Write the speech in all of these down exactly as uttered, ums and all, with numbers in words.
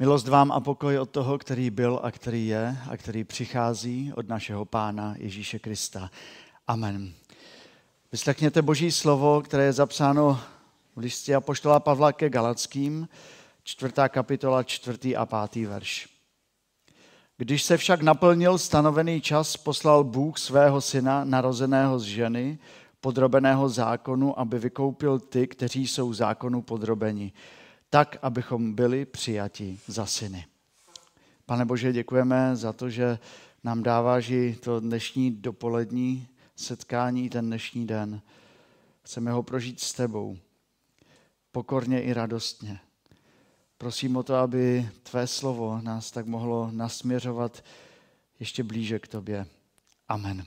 Milost vám a pokoj od toho, který byl a který je a který přichází od našeho Pána Ježíše Krista. Amen. Vyslechněte Boží slovo, které je zapsáno v listě apoštola Pavla ke Galackým, čtvrtá kapitola, čtvrtý a pátý verš. Když se však naplnil stanovený čas, poslal Bůh svého syna, narozeného z ženy, podrobeného zákonu, aby vykoupil ty, kteří jsou zákonu podrobeni, tak, abychom byli přijati za syny. Pane Bože, děkujeme za to, že nám dáváš i to dnešní dopolední setkání, ten dnešní den. Chceme ho prožít s tebou, pokorně i radostně. Prosím o to, aby tvé slovo nás tak mohlo nasměřovat ještě blíže k tobě. Amen.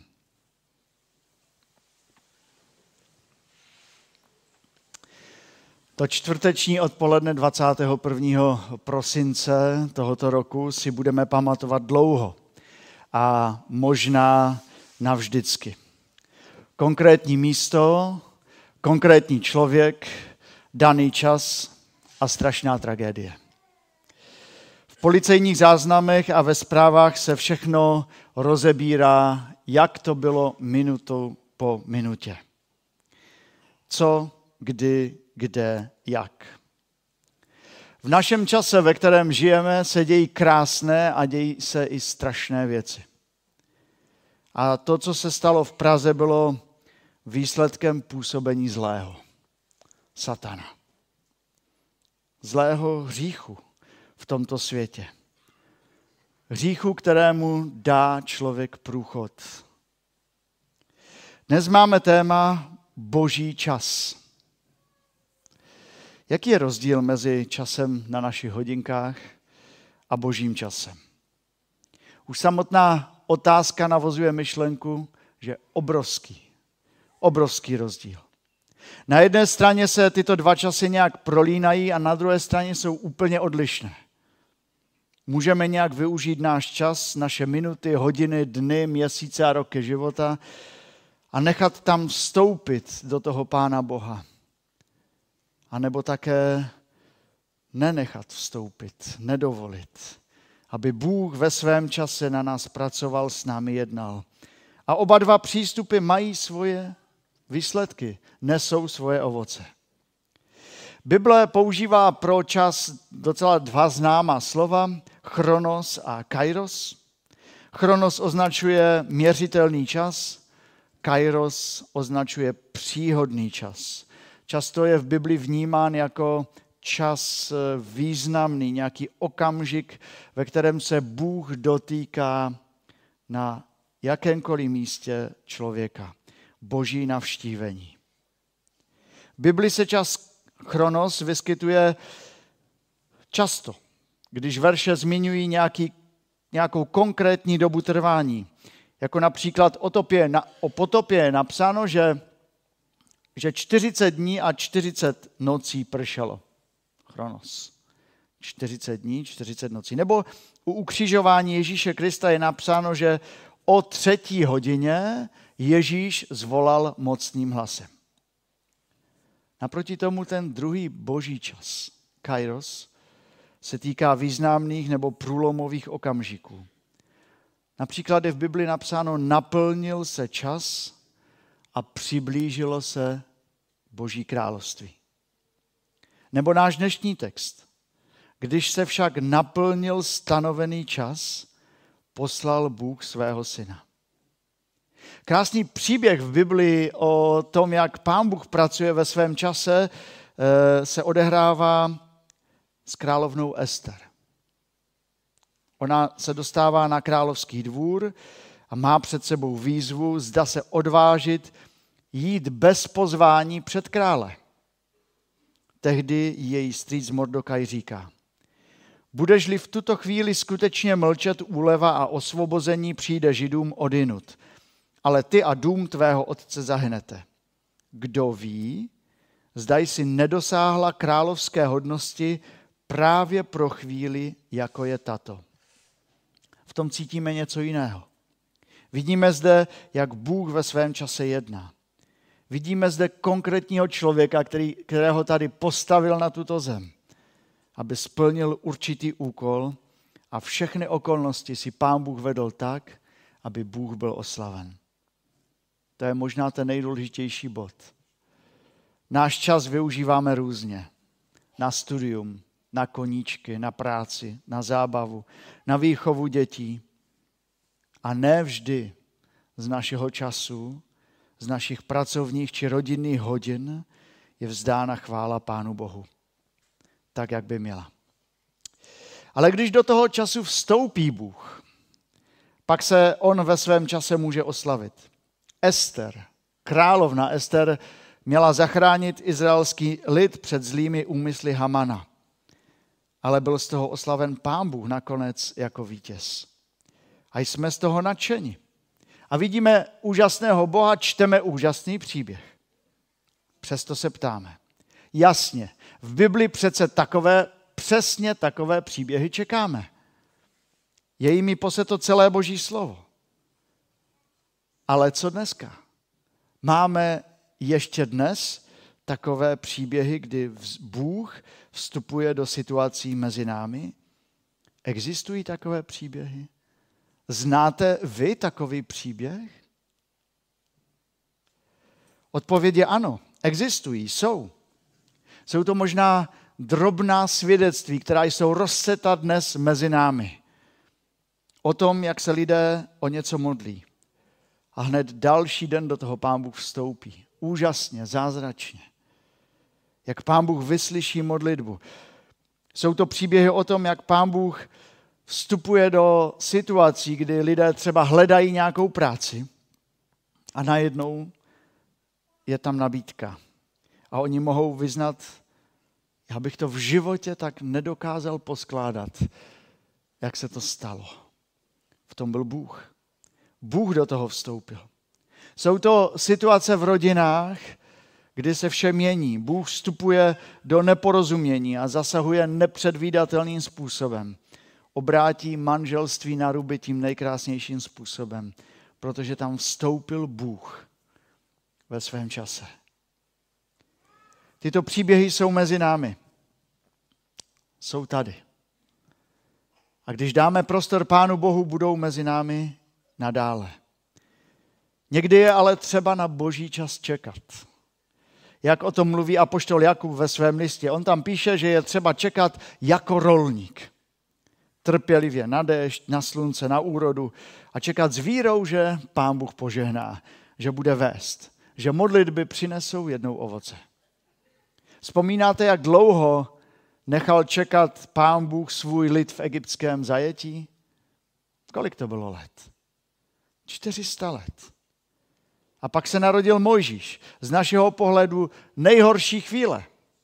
To čtvrteční odpoledne dvacátého prvního prosince tohoto roku si budeme pamatovat dlouho a možná navždycky. Konkrétní místo, konkrétní člověk, daný čas a strašná tragédie. V policejních záznamech a ve zprávách se všechno rozebírá, jak to bylo minutu po minutě. Co, kdy, kde, jak. V našem čase, ve kterém žijeme, se dějí krásné a dějí se i strašné věci. A to, co se stalo v Praze, bylo výsledkem působení zlého. Satana. Zlého hříchu v tomto světě. Hříchu, kterému dá člověk průchod. Dnes máme téma Boží čas. Jaký je rozdíl mezi časem na našich hodinkách a Božím časem? Už samotná otázka navozuje myšlenku, že obrovský, obrovský rozdíl. Na jedné straně se tyto dva časy nějak prolínají a na druhé straně jsou úplně odlišné. Můžeme nějak využít náš čas, naše minuty, hodiny, dny, měsíce a roky života a nechat tam vstoupit do toho Pána Boha. A nebo také nenechat vstoupit, nedovolit, aby Bůh ve svém čase na nás pracoval, s námi jednal. A oba dva přístupy mají svoje výsledky, nesou svoje ovoce. Bible používá pro čas docela dva známá slova, chronos a kairos. Chronos označuje měřitelný čas, kairos označuje příhodný čas. Často je v Bibli vnímán jako čas významný, nějaký okamžik, ve kterém se Bůh dotýká na jakémkoliv místě člověka. Boží navštívení. V Bibli se čas chronos vyskytuje často, když verše zmiňují nějaký, nějakou konkrétní dobu trvání. Jako například o, topě, na, o potopě je napsáno, že že čtyřicet dní a čtyřicet nocí pršelo. Chronos. čtyřicet dní, čtyřicet nocí. Nebo u ukřižování Ježíše Krista je napsáno, že o třetí hodině Ježíš zvolal mocným hlasem. Naproti tomu ten druhý boží čas, kairos, se týká významných nebo průlomových okamžiků. Například je v Bibli napsáno, naplnil se čas a přiblížilo se Boží království. Nebo náš dnešní text. Když se však naplnil stanovený čas, poslal Bůh svého syna. Krásný příběh v Biblii o tom, jak Pán Bůh pracuje ve svém čase, se odehrává s královnou Ester. Ona se dostává na královský dvůr a má před sebou výzvu, zda se odvážit jít bez pozvání před krále. Tehdy její strýc Mordokaj říká, budeš-li v tuto chvíli skutečně mlčet, úleva a osvobození přijde Židům odinut, ale ty a dům tvého otce zahynete. Kdo ví, zda jsi nedosáhla královské hodnosti právě pro chvíli, jako je tato. V tom cítíme něco jiného. Vidíme zde, jak Bůh ve svém čase jedná. Vidíme zde konkrétního člověka, který, kterého tady postavil na tuto zem. aby splnil určitý úkol a všechny okolnosti si Pán Bůh vedl tak, aby Bůh byl oslaven. To je možná ten nejdůležitější bod. Náš čas využíváme různě. Na studium, na koníčky, na práci, na zábavu, na výchovu dětí. A ne vždy z našeho času, z našich pracovních či rodinných hodin je vzdána chvála Pánu Bohu. Tak, jak by měla. Ale když do toho času vstoupí Bůh, pak se on ve svém čase může oslavit. Ester, královna Ester, měla zachránit izraelský lid před zlými úmysly Hamana. Ale byl z toho oslaven Pán Bůh nakonec jako vítěz. A jsme z toho nadšeni. A vidíme úžasného Boha, čteme úžasný příběh. Přesto se ptáme. Jasně, v Bibli přece takové, přesně takové příběhy čekáme. Je jimi poseto celé Boží slovo. Ale co dneska? Máme ještě dnes takové příběhy, kdy Bůh vstupuje do situací mezi námi? Existují takové příběhy? Znáte vy takový příběh? Odpověď je ano, existují, jsou. Jsou to možná drobná svědectví, která jsou rozseta dnes mezi námi. O tom, jak se lidé o něco modlí. A hned další den do toho Pán Bůh vstoupí. Úžasně, zázračně. Jak Pán Bůh vyslyší modlitbu. Jsou to příběhy o tom, jak Pán Bůh vstupuje do situací, kdy lidé třeba hledají nějakou práci a najednou je tam nabídka. A oni mohou vyznat, já bych to v životě tak nedokázal poskládat, jak se to stalo. V tom byl Bůh. Bůh do toho vstoupil. Jsou to situace v rodinách, kdy se vše mění. Bůh vstupuje do neporozumění a zasahuje nepředvídatelným způsobem. Obrátí manželství na ruby tím nejkrásnějším způsobem, protože tam vstoupil Bůh ve svém čase. Tyto příběhy jsou mezi námi. Jsou tady. A když dáme prostor Pánu Bohu, budou mezi námi nadále. Někdy je ale třeba na Boží čas čekat. Jak o tom mluví apoštol Jakub ve svém listě. On tam píše, že je třeba čekat jako rolník. Trpělivě na déšť, na slunce, na úrodu a čekat s vírou, že Pán Bůh požehná, že bude vést, že modlitby přinesou jednou ovoce. Vzpomínáte, jak dlouho nechal čekat Pán Bůh svůj lid v egyptském zajetí? Kolik to bylo let? čtyři sta let. A pak se narodil Mojžíš. Z našeho pohledu nejhorší chvíle.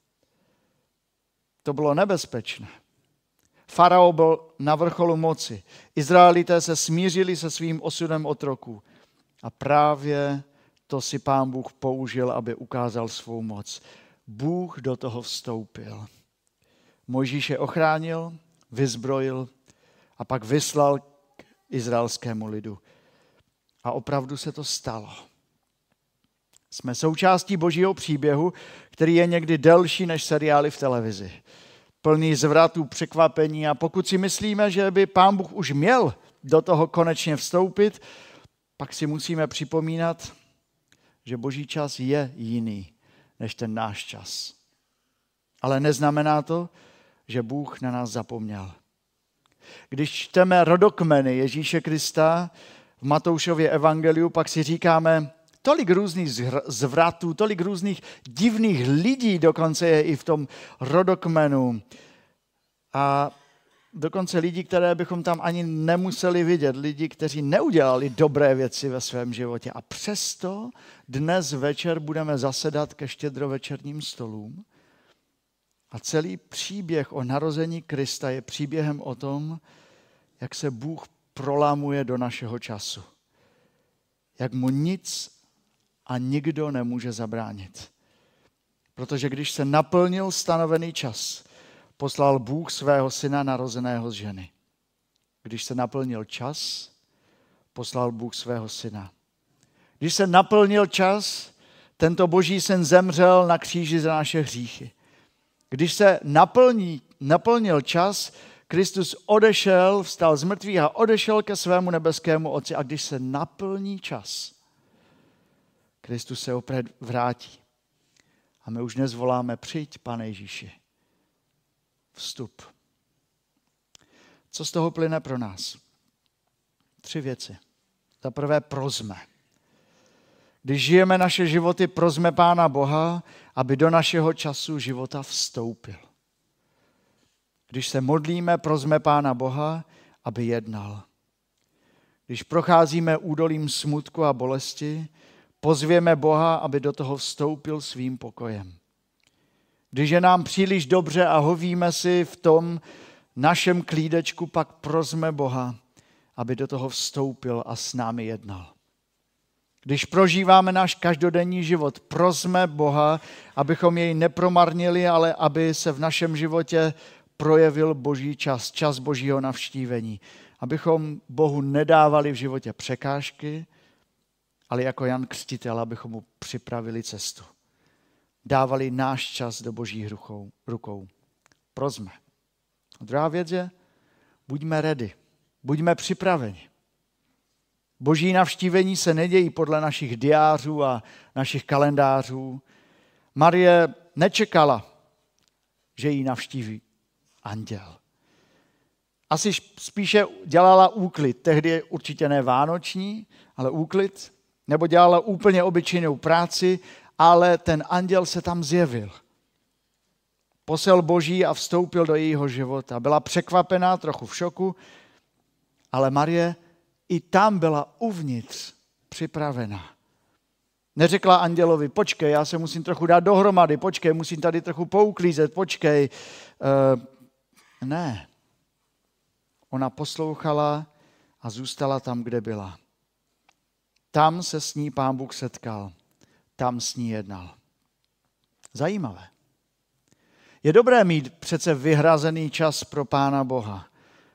To bylo nebezpečné. Farao byl na vrcholu moci. Izraelité se smířili se svým osudem otroků. A právě to si Pán Bůh použil, aby ukázal svou moc. Bůh do toho vstoupil. Mojžíše ochránil, vyzbrojil a pak vyslal k izraelskému lidu. A opravdu se to stalo. Jsme součástí Božího příběhu, který je někdy delší než seriály v televizi. Plný zvratů, překvapení a pokud si myslíme, že by Pán Bůh už měl do toho konečně vstoupit, pak si musíme připomínat, že Boží čas je jiný než ten náš čas. Ale neznamená to, že Bůh na nás zapomněl. Když čteme rodokmeny Ježíše Krista v Matoušově evangeliu, pak si říkáme, tolik různých zvratů, tolik různých divných lidí dokonce je i v tom rodokmenu. A dokonce lidi, které bychom tam ani nemuseli vidět, lidi, kteří neudělali dobré věci ve svém životě. A přesto dnes večer budeme zasedat ke štědrovečerním stolům. A celý příběh o narození Krista je příběhem o tom, jak se Bůh prolamuje do našeho času. Jak mu nic a nikdo nemůže zabránit. Protože když se naplnil stanovený čas, poslal Bůh svého syna narozeného z ženy. Když se naplnil čas, poslal Bůh svého syna. Když se naplnil čas, tento Boží syn zemřel na kříži za naše hříchy. Když se naplní naplnil čas, Kristus odešel, vstal z mrtvých a odešel ke svému nebeskému Otci. A když se naplní čas, Kristus se opět vrátí. A my už dnes voláme, přijď, Pane Ježíši. Vstup. Co z toho plyne pro nás? Tři věci. Za prvé prosme. Když žijeme naše životy, prosme Pána Boha, aby do našeho času života vstoupil. Když se modlíme, prosme Pána Boha, aby jednal. Když procházíme údolím smutku a bolesti, pozvěme Boha, aby do toho vstoupil svým pokojem. Když je nám příliš dobře a hovíme si v tom našem klídečku, pak prosme Boha, aby do toho vstoupil a s námi jednal. Když prožíváme náš každodenní život, prosme Boha, abychom jej nepromarnili, ale aby se v našem životě projevil Boží čas, čas Božího navštívení. Abychom Bohu nedávali v životě překážky, ale jako Jan Křtitel, abychom mu připravili cestu. Dávali náš čas do Božích rukou. rukou. Prosme. A druhá věc je, buďme ready, buďme připraveni. Boží navštívení se nedějí podle našich diářů a našich kalendářů. Marie nečekala, že ji navštíví anděl. Asi spíše dělala úklid, tehdy určitě ne vánoční, ale úklid, nebo dělala úplně obyčejnou práci, ale ten anděl se tam zjevil. Posel Boží a vstoupil do jejího života. Byla překvapená, trochu v šoku, ale Marie i tam byla uvnitř připravená. Neřekla andělovi, počkej, já se musím trochu dát dohromady, počkej, musím tady trochu pouklízet, počkej. Uh, ne. Ona poslouchala a zůstala tam, kde byla. Tam se s ní Pán Bůh setkal. Tam s ní jednal. Zajímavé. Je dobré mít přece vyhrazený čas pro Pána Boha.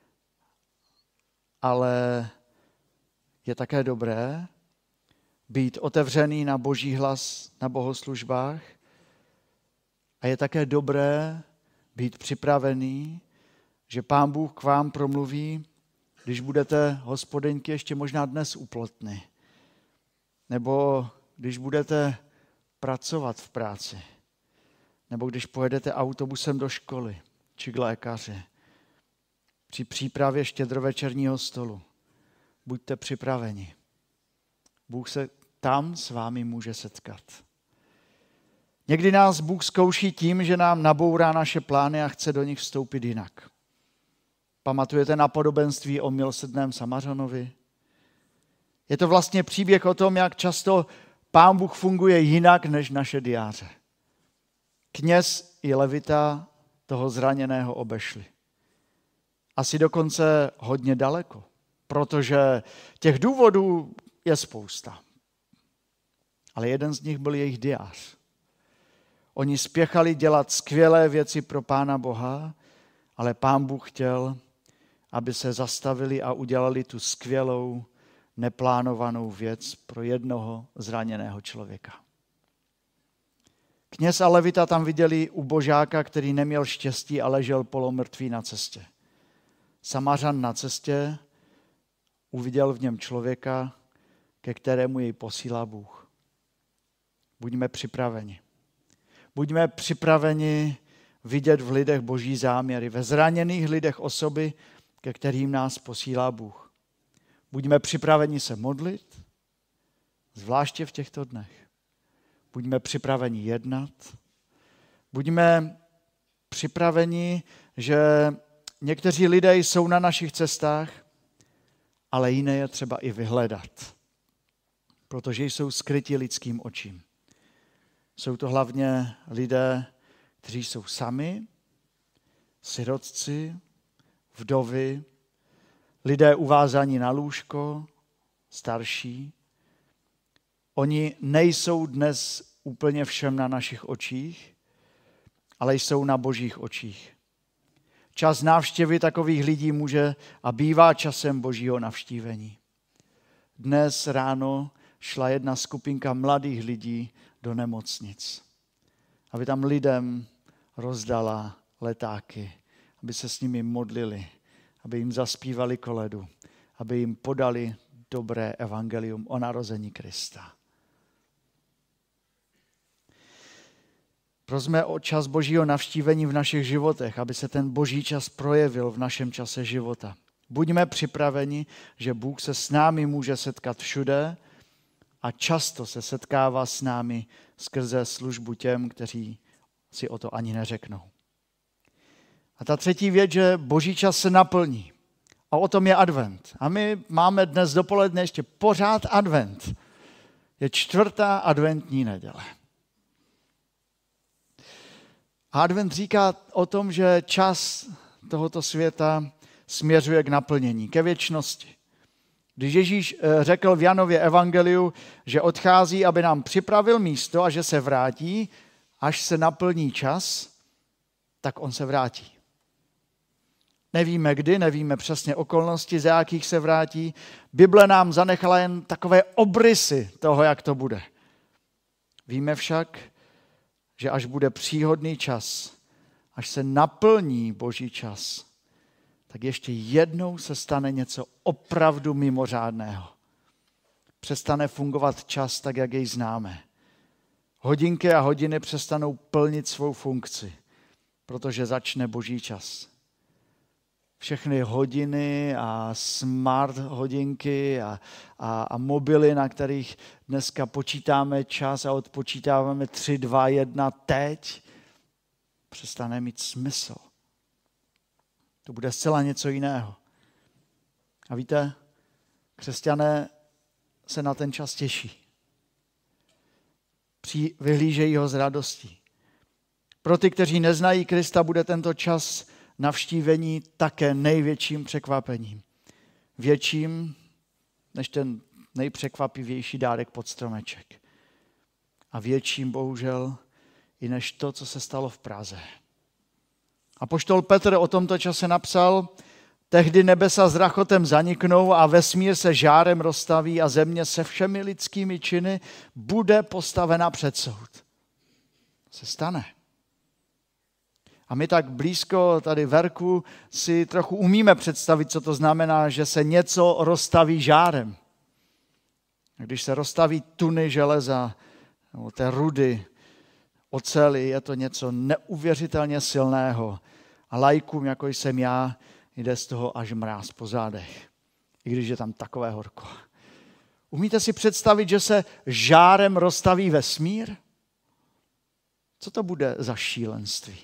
Ale je také dobré být otevřený na Boží hlas na bohoslužbách a je také dobré být připravený, že Pán Bůh k vám promluví, když budete, hospodyňky, ještě možná dnes u plotny, nebo když budete pracovat v práci, nebo když pojedete autobusem do školy či k lékaři, při přípravě štědrovečerního stolu. Buďte připraveni. Bůh se tam s vámi může setkat. Někdy nás Bůh zkouší tím, že nám nabourá naše plány a chce do nich vstoupit jinak. Pamatujete na podobenství o milosrdném Samařanovi? Je to vlastně příběh o tom, jak často Pán Bůh funguje jinak než naše diáře. Kněz i levita toho zraněného obešli. Asi dokonce hodně daleko, protože těch důvodů je spousta. Ale jeden z nich byl jejich diář. Oni spěchali dělat skvělé věci pro Pána Boha, ale Pán Bůh chtěl, aby se zastavili a udělali tu skvělou, neplánovanou věc pro jednoho zraněného člověka. Kněz a levita tam viděli ubožáka, který neměl štěstí a ležel polomrtvý na cestě. Samařan na cestě uviděl v něm člověka, ke kterému jej posílá Bůh. Buďme připraveni. Buďme připraveni vidět v lidech Boží záměry, ve zraněných lidech osoby, ke kterým nás posílá Bůh. Buďme připraveni se modlit, zvláště v těchto dnech. Buďme připraveni jednat. Buďme připraveni, že někteří lidé jsou na našich cestách, ale jiné je třeba i vyhledat, protože jsou skryti lidským očím. Jsou to hlavně lidé, kteří jsou sami, sirotci, vdovy, lidé uvázaní na lůžko, starší. Oni nejsou dnes úplně všem na našich očích, ale jsou na Božích očích. Čas návštěvy takových lidí může a bývá časem Božího navštívení. Dnes ráno šla jedna skupinka mladých lidí do nemocnic, aby tam lidem rozdala letáky, aby se s nimi modlili, aby jim zaspívali koledu, aby jim podali dobré evangelium o narození Krista. Prosme o čas Božího navštívení v našich životech, aby se ten Boží čas projevil v našem čase života. Buďme připraveni, že Bůh se s námi může setkat všude a často se setkává s námi skrze službu těm, kteří si o to ani neřeknou. A ta třetí věc, že Boží čas se naplní. A o tom je advent. A my máme dnes dopoledne ještě pořád advent. Je čtvrtá adventní neděle. A advent říká o tom, že čas tohoto světa směřuje k naplnění, ke věčnosti. Když Ježíš řekl v Janově evangeliu, že odchází, aby nám připravil místo a že se vrátí, až se naplní čas, tak on se vrátí. Nevíme kdy, nevíme přesně okolnosti, za jakých se vrátí. Bible nám zanechala jen takové obrysy toho, jak to bude. Víme však, že až bude příhodný čas, až se naplní Boží čas, tak ještě jednou se stane něco opravdu mimořádného. Přestane fungovat čas tak, jak jej známe. Hodinky a hodiny přestanou plnit svou funkci, protože začne Boží čas. Všechny hodiny a smart hodinky a, a, a mobily, na kterých dneska počítáme čas a odpočítáváme tři, dva, jedna teď, přestane mít smysl. To bude zcela něco jiného. A víte, křesťané se na ten čas těší. Při, vyhlížejí ho s radostí. Pro ty, kteří neznají Krista, bude tento čas navštívení také největším překvapením. Větším než ten nejpřekvapivější dárek pod stromeček. A větším, bohužel, i než to, co se stalo v Praze. Apoštol Petr o tomto čase napsal: tehdy nebesa s rachotem zaniknou a vesmír se žárem roztaví a země se všemi lidskými činy bude postavena před soud. Se stane. A my tak blízko tady verku si trochu umíme představit, co to znamená, že se něco roztaví žárem. Když se roztaví tuny železa, nebo té rudy, oceli, je to něco neuvěřitelně silného. A laikům, jako jsem já, jde z toho až mráz po zádech. I když je tam takové horko. Umíte si představit, že se žárem roztaví vesmír? Co to bude za šílenství?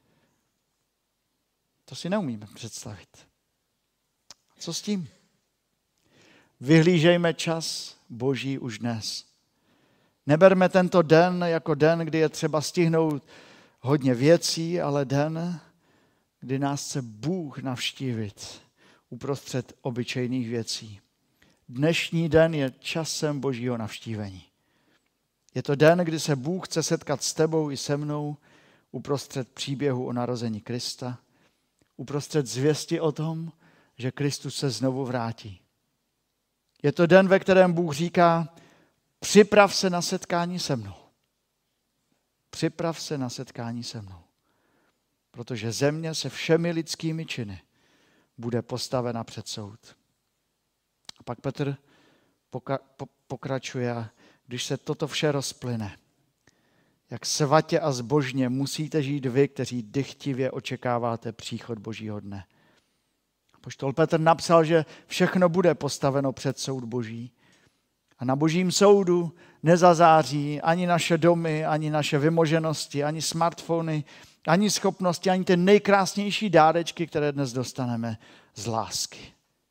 To si neumíme představit. Co s tím? Vyhlížejme čas Boží už dnes. Neberme tento den jako den, kdy je třeba stihnout hodně věcí, ale den, kdy nás chce Bůh navštívit uprostřed obyčejných věcí. Dnešní den je časem Božího navštívení. Je to den, kdy se Bůh chce setkat s tebou i se mnou uprostřed příběhu o narození Krista, uprostřed zvěsti o tom, že Kristus se znovu vrátí. Je to den, ve kterém Bůh říká: připrav se na setkání se mnou. Připrav se na setkání se mnou. Protože země se všemi lidskými činy bude postavena před soud. A pak Petr pokračuje, když se toto vše rozplyne. Jak svatě a zbožně musíte žít vy, kteří dychtivě očekáváte příchod Božího dne. Apoštol Petr napsal, že všechno bude postaveno před soud Boží. A na Božím soudu nezazáří ani naše domy, ani naše vymoženosti, ani smartfony, ani schopnosti, ani ty nejkrásnější dárečky, které dnes dostaneme z lásky.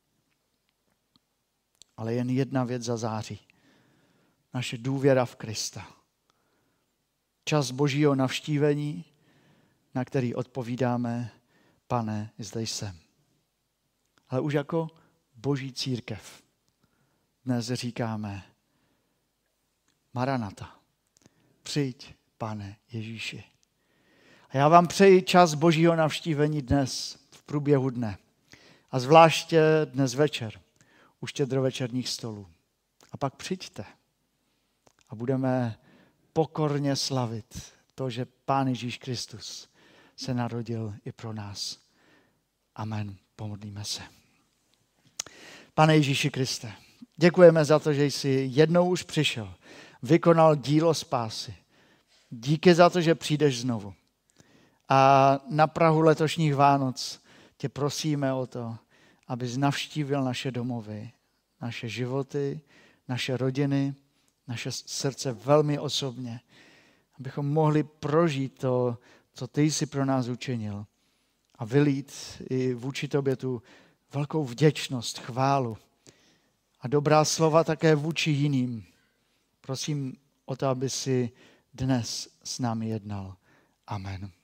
Ale jen jedna věc zazáří. Naše důvěra v Krista. Čas Božího navštívení, na který odpovídáme: Pane, zde jsem. Ale už jako Boží církev dnes říkáme: Maranata, přijď, Pane Ježíši. A já vám přeji čas Božího navštívení dnes, v průběhu dne. A zvláště dnes večer, u štědrovečerních stolů. A pak přijďte a budeme pokorně slavit to, že Pán Ježíš Kristus se narodil i pro nás. Amen. Pomodlíme se. Pane Ježíši Kriste, děkujeme za to, že jsi jednou už přišel, vykonal dílo spásy. Díky za to, že přijdeš znovu. A na prahu letošních Vánoc tě prosíme o to, abys navštívil naše domovy, naše životy, naše rodiny, naše srdce velmi osobně, abychom mohli prožít to, co ty jsi pro nás učinil a vylít i vůči tobě tu velkou vděčnost, chválu a dobrá slova také vůči jiným. Prosím o to, aby si dnes s námi jednal. Amen.